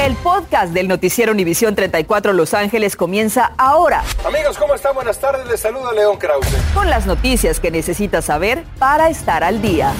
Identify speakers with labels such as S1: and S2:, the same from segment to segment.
S1: El podcast del noticiero Univisión 34 Los Ángeles comienza ahora.
S2: Amigos, ¿cómo están? Buenas tardes. Les saluda León Krause.
S1: Con las noticias que necesitas saber para estar al día.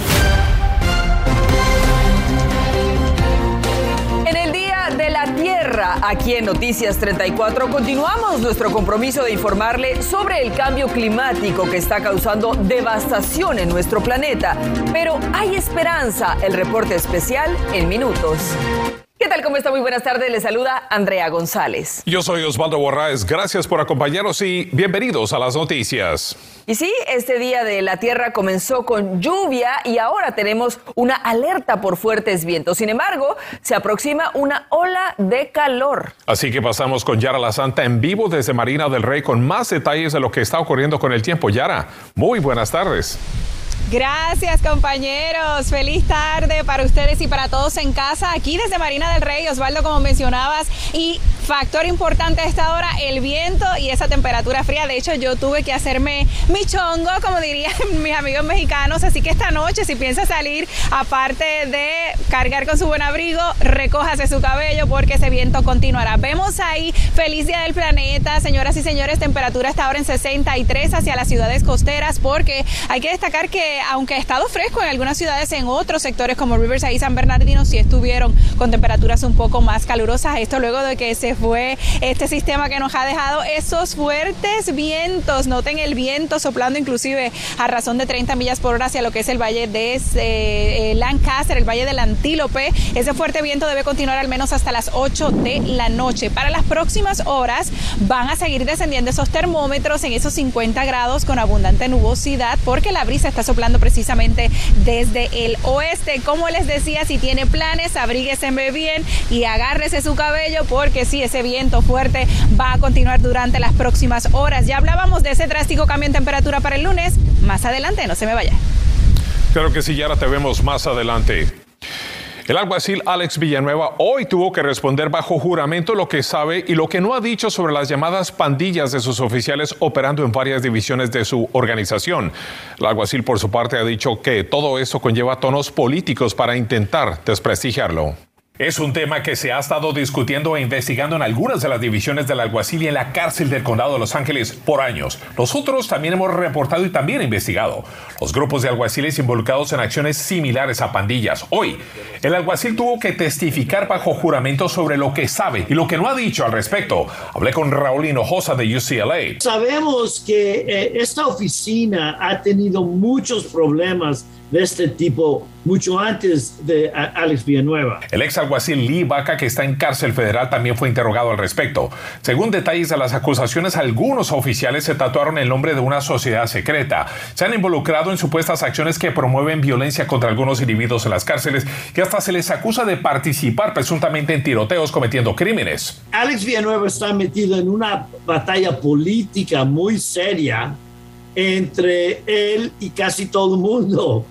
S1: En el Día de la Tierra, aquí en Noticias 34, continuamos nuestro compromiso de informarle sobre el cambio climático que está causando devastación en nuestro planeta. Pero hay esperanza. El reporte especial en minutos. ¿Qué tal? ¿Cómo está? Muy buenas tardes. Les saluda Andrea González.
S3: Yo soy Osvaldo Borraes. Gracias por acompañarnos y bienvenidos a las noticias.
S1: Y sí, este Día de la Tierra comenzó con lluvia y ahora tenemos una alerta por fuertes vientos. Sin embargo, se aproxima una ola de calor.
S3: Así que pasamos con Yara La Santa en vivo desde Marina del Rey con más detalles de lo que está ocurriendo con el tiempo. Yara, muy buenas tardes.
S4: Gracias, compañeros. Feliz tarde para ustedes y para todos en casa. Aquí desde Marina del Rey, Osvaldo, como mencionabas, y factor importante a esta hora, el viento y esa temperatura fría. De hecho, yo tuve que hacerme mi chongo, como dirían mis amigos mexicanos. Así que esta noche, si piensa salir, aparte de cargar con su buen abrigo, recójase su cabello porque ese viento continuará. Vemos ahí, feliz Día del Planeta, señoras y señores, temperatura hasta ahora en 63 hacia las ciudades costeras, porque hay que destacar que aunque ha estado fresco en algunas ciudades, en otros sectores como Riverside y San Bernardino sí estuvieron con temperaturas un poco más calurosas. Esto luego de que se fue este sistema que nos ha dejado esos fuertes vientos. Noten el viento soplando inclusive a razón de 30 millas por hora hacia lo que es el valle de Lancaster, el valle del Antílope. Ese fuerte viento debe continuar al menos hasta las 8 de la noche. Para las próximas horas van a seguir descendiendo esos termómetros en esos 50 grados con abundante nubosidad porque la brisa está soplando precisamente desde el oeste. Como les decía, si tiene planes, abríguese bien y agárrese su cabello porque sí, ese viento fuerte va a continuar durante las próximas horas. Ya hablábamos de ese drástico cambio en temperatura para el lunes. Más adelante, no se me vaya.
S3: Claro que sí, Yara, te vemos más adelante. El alguacil Alex Villanueva hoy tuvo que responder bajo juramento lo que sabe y lo que no ha dicho sobre las llamadas pandillas de sus oficiales operando en varias divisiones de su organización. El alguacil, por su parte, ha dicho que todo esto conlleva tonos políticos para intentar desprestigiarlo. Es un tema que se ha estado discutiendo e investigando en algunas de las divisiones del alguacil y en la cárcel del condado de Los Ángeles por años. Nosotros también hemos reportado y también investigado los grupos de alguaciles involucrados en acciones similares a pandillas. Hoy, el alguacil tuvo que testificar bajo juramento sobre lo que sabe y lo que no ha dicho al respecto. Hablé con Raúl Hinojosa de UCLA.
S5: Sabemos que esta oficina ha tenido muchos problemas de este tipo mucho antes de Alex Villanueva.
S3: El ex alguacil Lee Baca, que está en cárcel federal, también fue interrogado al respecto. Según detalles de las acusaciones, algunos oficiales se tatuaron el nombre de una sociedad secreta. Se han involucrado en supuestas acciones que promueven violencia contra algunos individuos en las cárceles y hasta se les acusa de participar presuntamente en tiroteos cometiendo crímenes.
S5: Alex Villanueva está metido en una batalla política muy seria entre él y casi todo el mundo.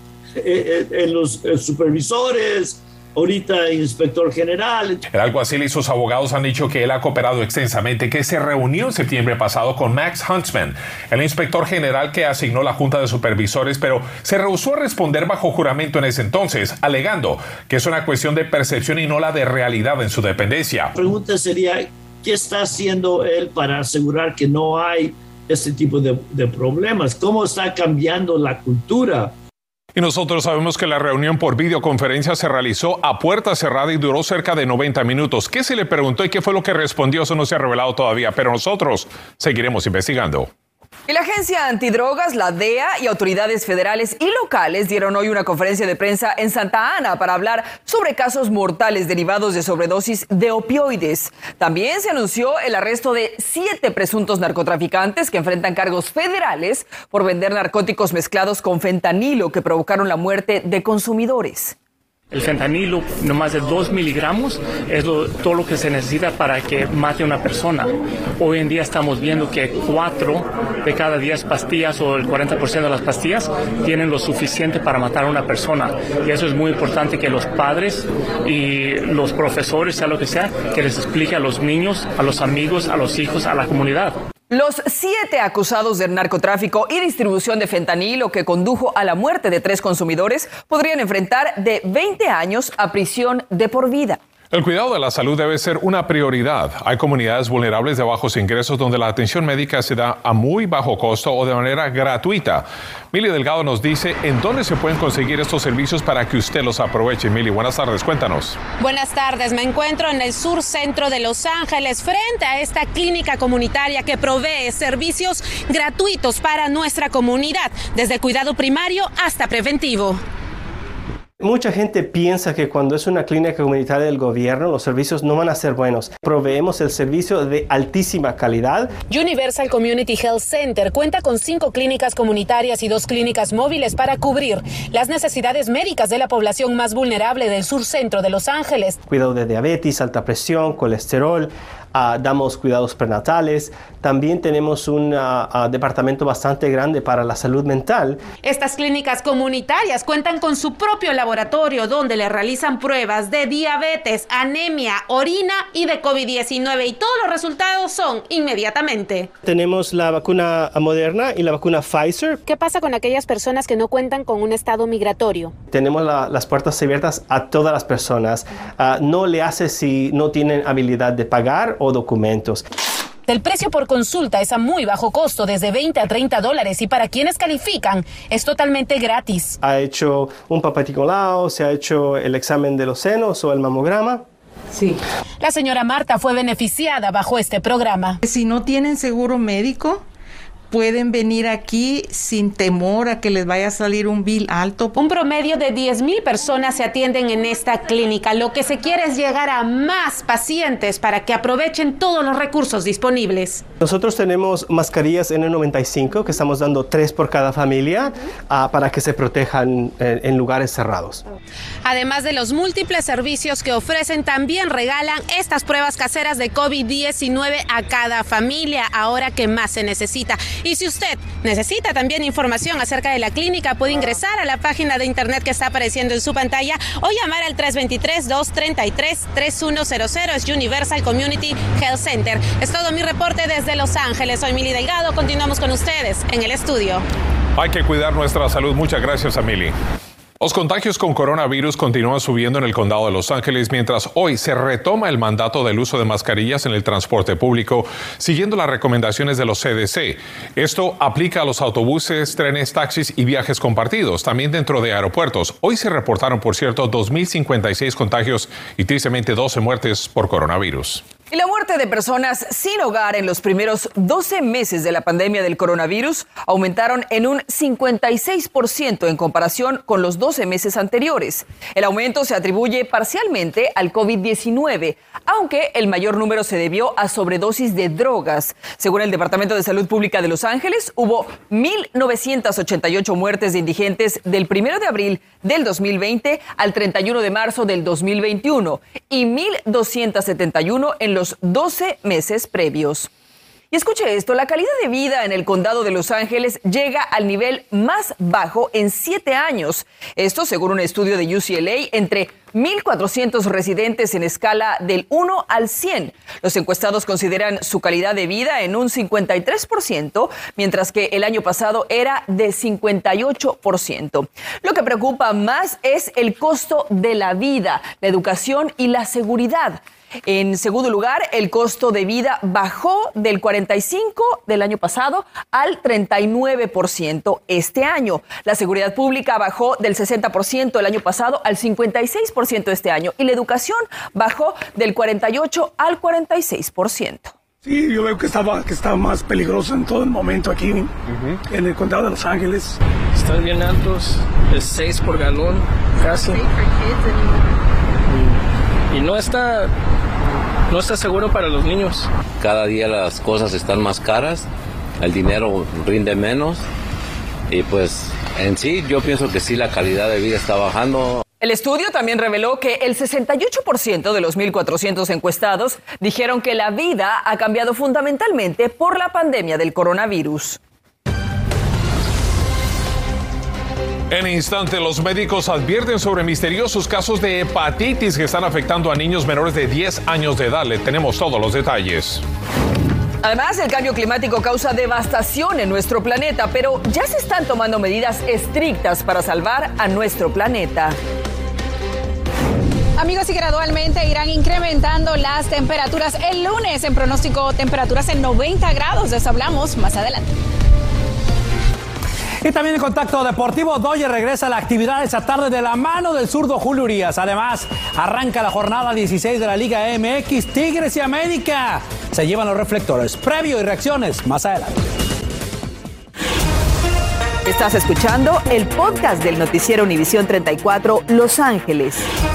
S5: En los supervisores, ahorita el inspector general.
S3: El alguacil y sus abogados han dicho que él ha cooperado extensamente, que se reunió en septiembre pasado con Max Huntsman, el inspector general que asignó la junta de supervisores, pero se rehusó a responder bajo juramento en ese entonces, alegando que es una cuestión de percepción y no la de realidad en su dependencia.
S5: La pregunta sería, ¿qué está haciendo él para asegurar que no hay este tipo de problemas? ¿Cómo está cambiando la cultura?
S3: Y nosotros sabemos que la reunión por videoconferencia se realizó a puerta cerrada y duró cerca de 90 minutos. ¿Qué se le preguntó y qué fue lo que respondió? Eso no se ha revelado todavía, pero nosotros seguiremos investigando.
S1: Y la agencia antidrogas, la DEA y autoridades federales y locales dieron hoy una conferencia de prensa en Santa Ana para hablar sobre casos mortales derivados de sobredosis de opioides. También se anunció el arresto de 7 presuntos narcotraficantes que enfrentan cargos federales por vender narcóticos mezclados con fentanilo que provocaron la muerte de consumidores.
S6: El fentanilo, no más de 2 miligramos, es todo lo que se necesita para que mate a una persona. Hoy en día estamos viendo que 4 de cada 10 pastillas o el 40% de las pastillas tienen lo suficiente para matar a una persona. Y eso es muy importante que los padres y los profesores, sea lo que sea, que les explique a los niños, a los amigos, a los hijos, a la comunidad.
S1: Los 7 acusados de narcotráfico y distribución de fentanilo que condujo a la muerte de 3 consumidores podrían enfrentar de 20 años a prisión de por vida.
S3: El cuidado de la salud debe ser una prioridad. Hay comunidades vulnerables de bajos ingresos donde la atención médica se da a muy bajo costo o de manera gratuita. Mili Delgado nos dice en dónde se pueden conseguir estos servicios para que usted los aproveche. Mili, buenas tardes, cuéntanos.
S7: Buenas tardes, me encuentro en el sur centro de Los Ángeles frente a esta clínica comunitaria que provee servicios gratuitos para nuestra comunidad, desde cuidado primario hasta preventivo.
S8: Mucha gente piensa que cuando es una clínica comunitaria del gobierno, los servicios no van a ser buenos. Proveemos el servicio de altísima calidad.
S7: Universal Community Health Center cuenta con 5 clínicas comunitarias y 2 clínicas móviles para cubrir las necesidades médicas de la población más vulnerable del sur centro de Los Ángeles.
S8: Cuidado de diabetes, alta presión, colesterol. Damos cuidados prenatales. También tenemos un departamento bastante grande para la salud mental.
S7: Estas clínicas comunitarias cuentan con su propio laboratorio donde le realizan pruebas de diabetes, anemia, orina y de COVID-19 y todos los resultados son inmediatamente.
S8: Tenemos la vacuna Moderna y la vacuna Pfizer.
S7: ¿Qué pasa con aquellas personas que no cuentan con un estado migratorio?
S8: Tenemos las puertas abiertas a todas las personas. No le hace si no tienen habilidad de pagar o documentos.
S7: El precio por consulta es a muy bajo costo, desde $20 a $30, y para quienes califican es totalmente gratis.
S8: Ha hecho un Papá Nicolau, se ha hecho el examen de los senos o el mamograma.
S7: Sí. La señora Marta fue beneficiada bajo este programa.
S9: Si no tienen seguro médico, pueden venir aquí sin temor a que les vaya a salir un bill alto.
S7: Un promedio de 10,000 personas se atienden en esta clínica. Lo que se quiere es llegar a más pacientes para que aprovechen todos los recursos disponibles.
S8: Nosotros tenemos mascarillas N95 que estamos dando 3 por cada familia para que se protejan en lugares cerrados.
S7: Además de los múltiples servicios que ofrecen, también regalan estas pruebas caseras de COVID-19 a cada familia, ahora que más se necesita. Y si usted necesita también información acerca de la clínica, puede ingresar a la página de internet que está apareciendo en su pantalla o llamar al 323-233-3100. Es Universal Community Health Center. Es todo mi reporte desde Los Ángeles. Soy Mili Delgado. Continuamos con ustedes en el estudio.
S3: Hay que cuidar nuestra salud. Muchas gracias, Mili. Los contagios con coronavirus continúan subiendo en el condado de Los Ángeles, mientras hoy se retoma el mandato del uso de mascarillas en el transporte público, siguiendo las recomendaciones de los CDC. Esto aplica a los autobuses, trenes, taxis y viajes compartidos, también dentro de aeropuertos. Hoy se reportaron, por cierto, 2,056 contagios y tristemente 12 muertes por coronavirus.
S1: Y la muerte de personas sin hogar en los primeros 12 meses de la pandemia del coronavirus aumentaron en un 56% en comparación con los 12 meses anteriores. El aumento se atribuye parcialmente al COVID-19, aunque el mayor número se debió a sobredosis de drogas. Según el Departamento de Salud Pública de Los Ángeles, hubo 1,988 muertes de indigentes del 1 de abril del 2020 al 31 de marzo del 2021 y 1,271 en los 12 meses previos. Y escuche esto, la calidad de vida en el condado de Los Ángeles llega al nivel más bajo en 7 años. Esto según un estudio de UCLA entre 1,400 residentes en escala del 1 al 100. Los encuestados consideran su calidad de vida en un 53%, mientras que el año pasado era de 58%. Lo que preocupa más es el costo de la vida, la educación y la seguridad. En segundo lugar, el costo de vida bajó del 45% del año pasado al 39% este año. La seguridad pública bajó del 60% el año pasado al 56% este año y la educación bajó del 48% al 46%.
S10: Sí, yo veo que está más peligroso en todo el momento aquí en el condado de Los Ángeles.
S11: Están bien altos, es 6 por galón casi. Y no está seguro para los niños.
S12: Cada día las cosas están más caras, el dinero rinde menos y pues en sí yo pienso que sí la calidad de vida está bajando.
S1: El estudio también reveló que el 68% de los 1,400 encuestados dijeron que la vida ha cambiado fundamentalmente por la pandemia del coronavirus.
S3: En instante, los médicos advierten sobre misteriosos casos de hepatitis que están afectando a niños menores de 10 años de edad. Le tenemos todos los detalles.
S1: Además, el cambio climático causa devastación en nuestro planeta, pero ya se están tomando medidas estrictas para salvar a nuestro planeta.
S4: Amigos, y gradualmente irán incrementando las temperaturas. El lunes en pronóstico temperaturas en 90 grados. De eso hablamos más adelante.
S13: Y también en Contacto Deportivo, Dodgers regresa a la actividad esta tarde de la mano del zurdo Julio Urias. Además, arranca la jornada 16 de la Liga MX. Tigres y América se llevan los reflectores. Previo y reacciones más adelante.
S1: Estás escuchando el podcast del noticiero Univisión 34 Los Ángeles.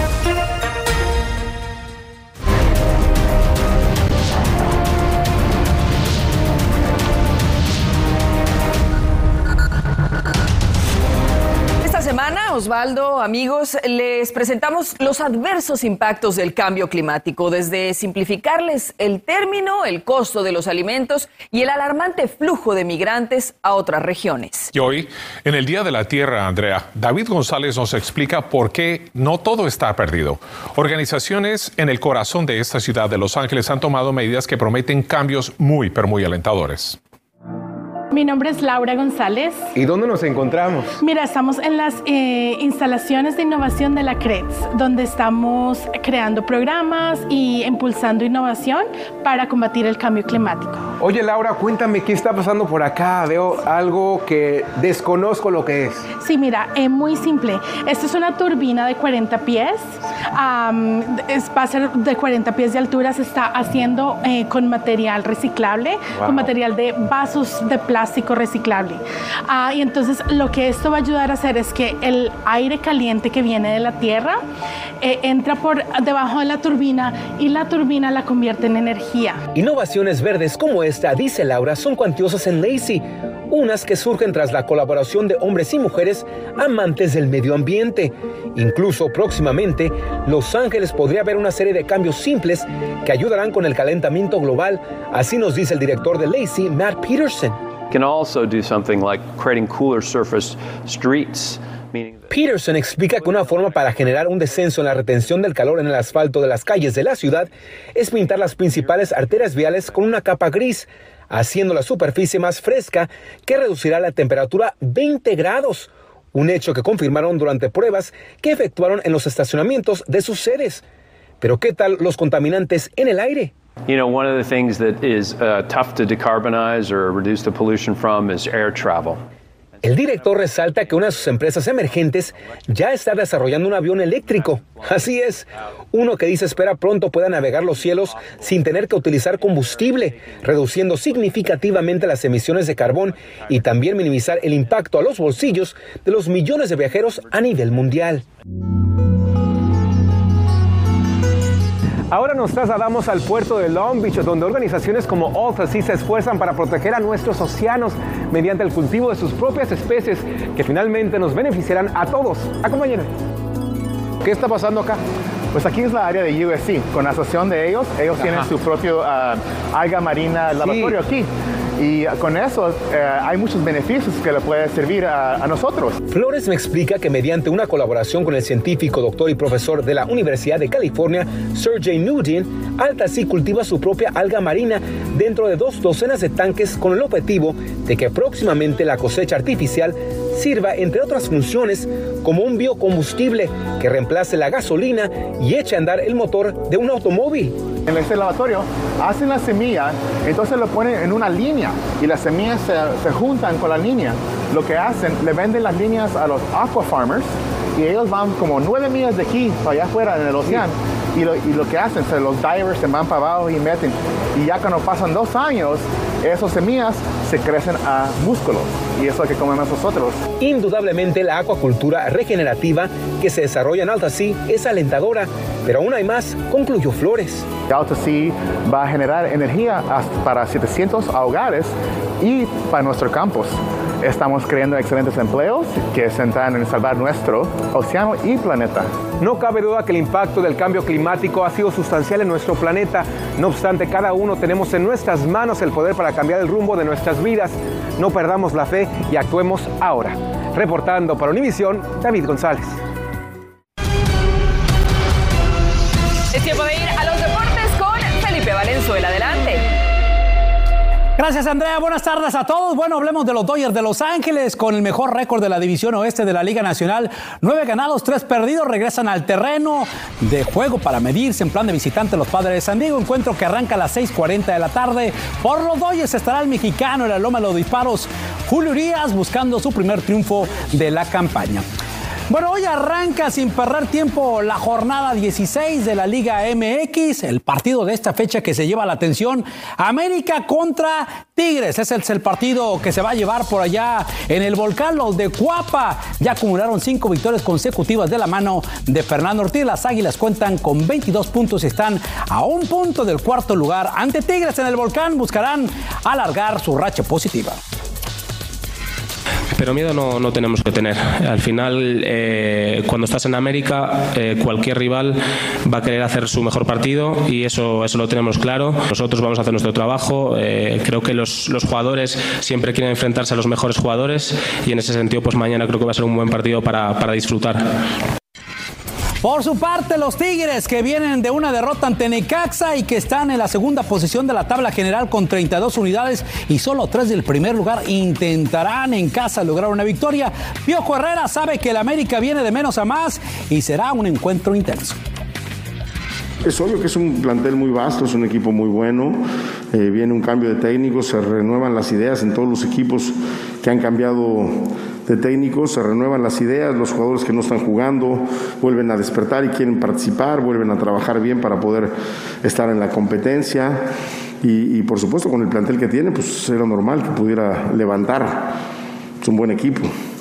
S1: Osvaldo, amigos, les presentamos los adversos impactos del cambio climático, desde simplificarles el término, el costo de los alimentos y el alarmante flujo de migrantes a otras regiones.
S3: Y hoy, en el Día de la Tierra, Andrea, David González nos explica por qué no todo está perdido. Organizaciones en el corazón de esta ciudad de Los Ángeles han tomado medidas que prometen cambios muy, pero muy alentadores.
S14: Mi nombre es Laura González.
S15: ¿Y dónde nos encontramos?
S14: Mira, estamos en las instalaciones de innovación de la CREDS, donde estamos creando programas y impulsando innovación para combatir el cambio climático.
S15: Oye, Laura, cuéntame qué está pasando por acá. Veo algo que desconozco lo que es.
S14: Sí, mira, es muy simple. Esta es una turbina de 40 pies. Va a ser de 40 pies de altura. Se está haciendo con material reciclable, con material de vasos de plástico reciclable. Y entonces lo que esto va a ayudar a hacer es que el aire caliente que viene de la tierra entra por debajo de la turbina y la turbina la convierte en energía.
S16: Innovaciones verdes como esta, dice Laura, son cuantiosas en Lacey, unas que surgen tras la colaboración de hombres y mujeres amantes del medio ambiente. Incluso próximamente, Los Ángeles podría haber una serie de cambios simples que ayudarán con el calentamiento global, así nos dice el director de Lacey, Matt Peterson.
S17: Can also do something like creating cooler surface streets.
S16: Peterson explica que una forma para generar un descenso en la retención del calor en el asfalto de las calles de la ciudad es pintar las principales arterias viales con una capa gris, haciendo la superficie más fresca, que reducirá la temperatura 20 grados, un hecho que confirmaron durante pruebas que efectuaron en los estacionamientos de sus sedes. Pero ¿qué tal los contaminantes en el aire?
S17: You know, one of the things that is tough to decarbonize or reduce the pollution from is air travel.
S16: El director resalta que una de sus empresas emergentes ya está desarrollando un avión eléctrico. Así es, uno que dice espera pronto pueda navegar los cielos sin tener que utilizar combustible, reduciendo significativamente las emisiones de carbón y también minimizar el impacto a los bolsillos de los millones de viajeros a nivel mundial.
S15: Ahora nos trasladamos al puerto de Long Beach, donde organizaciones como All-Sea se esfuerzan para proteger a nuestros océanos mediante el cultivo de sus propias especies que finalmente nos beneficiarán a todos. Acompáñenme.
S18: ¿Qué está pasando acá? Pues aquí es la área de USC, con la asociación de ellos. Ellos tienen su propio alga marina laboratorio aquí. Y con eso hay muchos beneficios que le puede servir a nosotros.
S16: Flores me explica que mediante una colaboración con el científico, doctor y profesor de la Universidad de California, Sergey Nugent, AltaSea cultiva su propia alga marina dentro de 2 docenas de tanques con el objetivo de que próximamente la cosecha artificial sirva, entre otras funciones, como un biocombustible que reemplace la gasolina y eche a andar el motor de un automóvil.
S18: En este laboratorio hacen la semilla, entonces lo ponen en una línea y las semillas se juntan con la línea. Lo que hacen, le venden las líneas a los aqua farmers y ellos van como 9 millas de aquí para allá afuera en el océano. Y lo que hacen, los divers se van para abajo y meten. Y ya cuando pasan 2 años, esas semillas se crecen a músculos. Y eso es lo que comemos nosotros.
S16: Indudablemente la acuacultura regenerativa que se desarrolla en AltaSea es alentadora, pero aún hay más, concluyó Flores.
S18: AltaSea va a generar energía para 700 hogares y para nuestro campus. Estamos creando excelentes empleos que se centran en salvar nuestro océano y planeta.
S15: No cabe duda que el impacto del cambio climático ha sido sustancial en nuestro planeta. No obstante, cada uno tenemos en nuestras manos el poder para cambiar el rumbo de nuestras vidas. No perdamos la fe y actuemos ahora. Reportando para Univisión, David González.
S1: Es tiempo de ir a los deportes con Felipe Valenzuela. Adelante.
S13: Gracias, Andrea. Buenas tardes a todos. Bueno, hablemos de los Dodgers de Los Ángeles con el mejor récord de la División Oeste de la Liga Nacional. 9 ganados, 3 perdidos. Regresan al terreno de juego para medirse en plan de visitante los Padres de San Diego. Encuentro que arranca a las 6:40 de la tarde. Por los Dodgers estará el mexicano en la loma de los disparos, Julio Urías, buscando su primer triunfo de la campaña. Bueno, hoy arranca sin perder tiempo la jornada 16 de la Liga MX, el partido de esta fecha que se lleva la atención, América contra Tigres. Ese es el partido que se va a llevar por allá en el Volcán. Los de Cuapa ya acumularon 5 victorias consecutivas de la mano de Fernando Ortiz. Las Águilas cuentan con 22 puntos y están a un punto del cuarto lugar. Ante Tigres en el Volcán buscarán alargar su racha positiva.
S19: Pero miedo no tenemos que tener. Al final, cuando estás en América, cualquier rival va a querer hacer su mejor partido y eso lo tenemos claro. Nosotros vamos a hacer nuestro trabajo. Creo que los jugadores siempre quieren enfrentarse a los mejores jugadores y en ese sentido, pues mañana creo que va a ser un buen partido para disfrutar.
S13: Por su parte, los Tigres, que vienen de una derrota ante Necaxa y que están en la segunda posición de la tabla general con 32 unidades y solo 3 del primer lugar, intentarán en casa lograr una victoria. Piojo Herrera sabe que el América viene de menos a más y será un encuentro intenso.
S20: Es obvio que es un plantel muy vasto, es un equipo muy bueno, viene un cambio de técnicos, se renuevan las ideas en todos los equipos que han cambiado de técnicos, se renuevan las ideas, los jugadores que no están jugando vuelven a despertar y quieren participar, vuelven a trabajar bien para poder estar en la competencia y por supuesto con el plantel que tiene, pues era normal que pudiera levantar, es un buen equipo.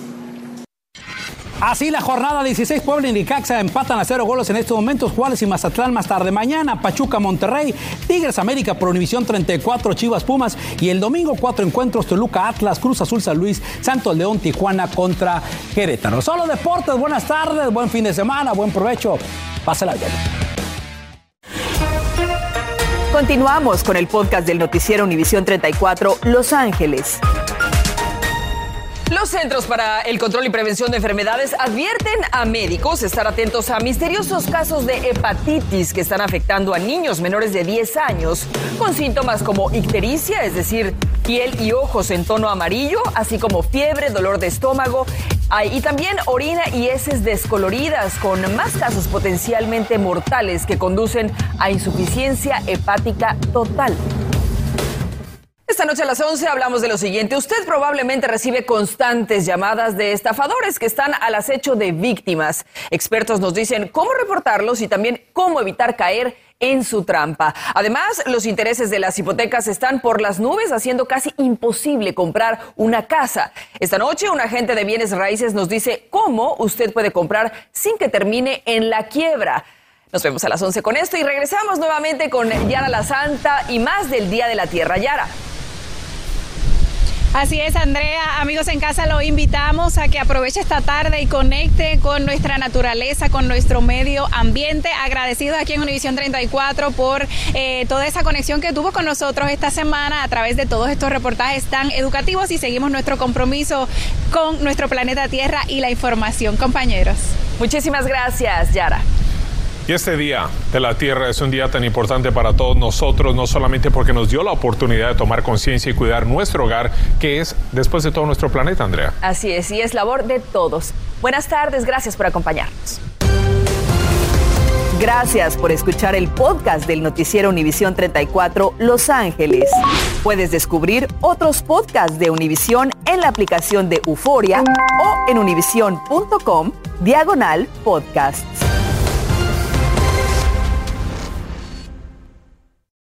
S13: Así la jornada 16, Puebla y Necaxa empatan a 0 goles en estos momentos. Juárez y Mazatlán más tarde mañana. Pachuca, Monterrey, Tigres, América por Univisión 34, Chivas, Pumas. Y el domingo 4 encuentros, Toluca, Atlas, Cruz Azul, San Luis, Santos, León, Tijuana contra Querétaro. Solo deportes, buenas tardes, buen fin de semana, buen provecho. Pásala bien.
S1: Continuamos con el podcast del noticiero Univisión 34, Los Ángeles. Los Centros para el Control y Prevención de Enfermedades advierten a médicos estar atentos a misteriosos casos de hepatitis que están afectando a niños menores de 10 años con síntomas como ictericia, es decir, piel y ojos en tono amarillo, así como fiebre, dolor de estómago y también orina y heces descoloridas, con más casos potencialmente mortales que conducen a insuficiencia hepática total. Esta noche a las 11 hablamos de lo siguiente. Usted probablemente recibe constantes llamadas de estafadores que están al acecho de víctimas. Expertos nos dicen cómo reportarlos y también cómo evitar caer en su trampa. Además, los intereses de las hipotecas están por las nubes, haciendo casi imposible comprar una casa. Esta noche, un agente de bienes raíces nos dice cómo usted puede comprar sin que termine en la quiebra. Nos vemos a las 11 con esto y regresamos nuevamente con Yara la Santa y más del Día de la Tierra. Yara.
S4: Así es, Andrea. Amigos en casa, lo invitamos a que aproveche esta tarde y conecte con nuestra naturaleza, con nuestro medio ambiente. Agradecidos aquí en Univisión 34 por toda esa conexión que tuvo con nosotros esta semana a través de todos estos reportajes tan educativos y seguimos nuestro compromiso con nuestro planeta Tierra y la información, compañeros.
S1: Muchísimas gracias, Yara.
S3: Y este Día de la Tierra es un día tan importante para todos nosotros, no solamente porque nos dio la oportunidad de tomar conciencia y cuidar nuestro hogar, que es, después de todo, nuestro planeta, Andrea.
S1: Así es, y es labor de todos. Buenas tardes, gracias por acompañarnos. Gracias por escuchar el podcast del noticiero Univisión 34 Los Ángeles. Puedes descubrir otros podcasts de Univisión en la aplicación de Euforia o en univision.com/podcasts.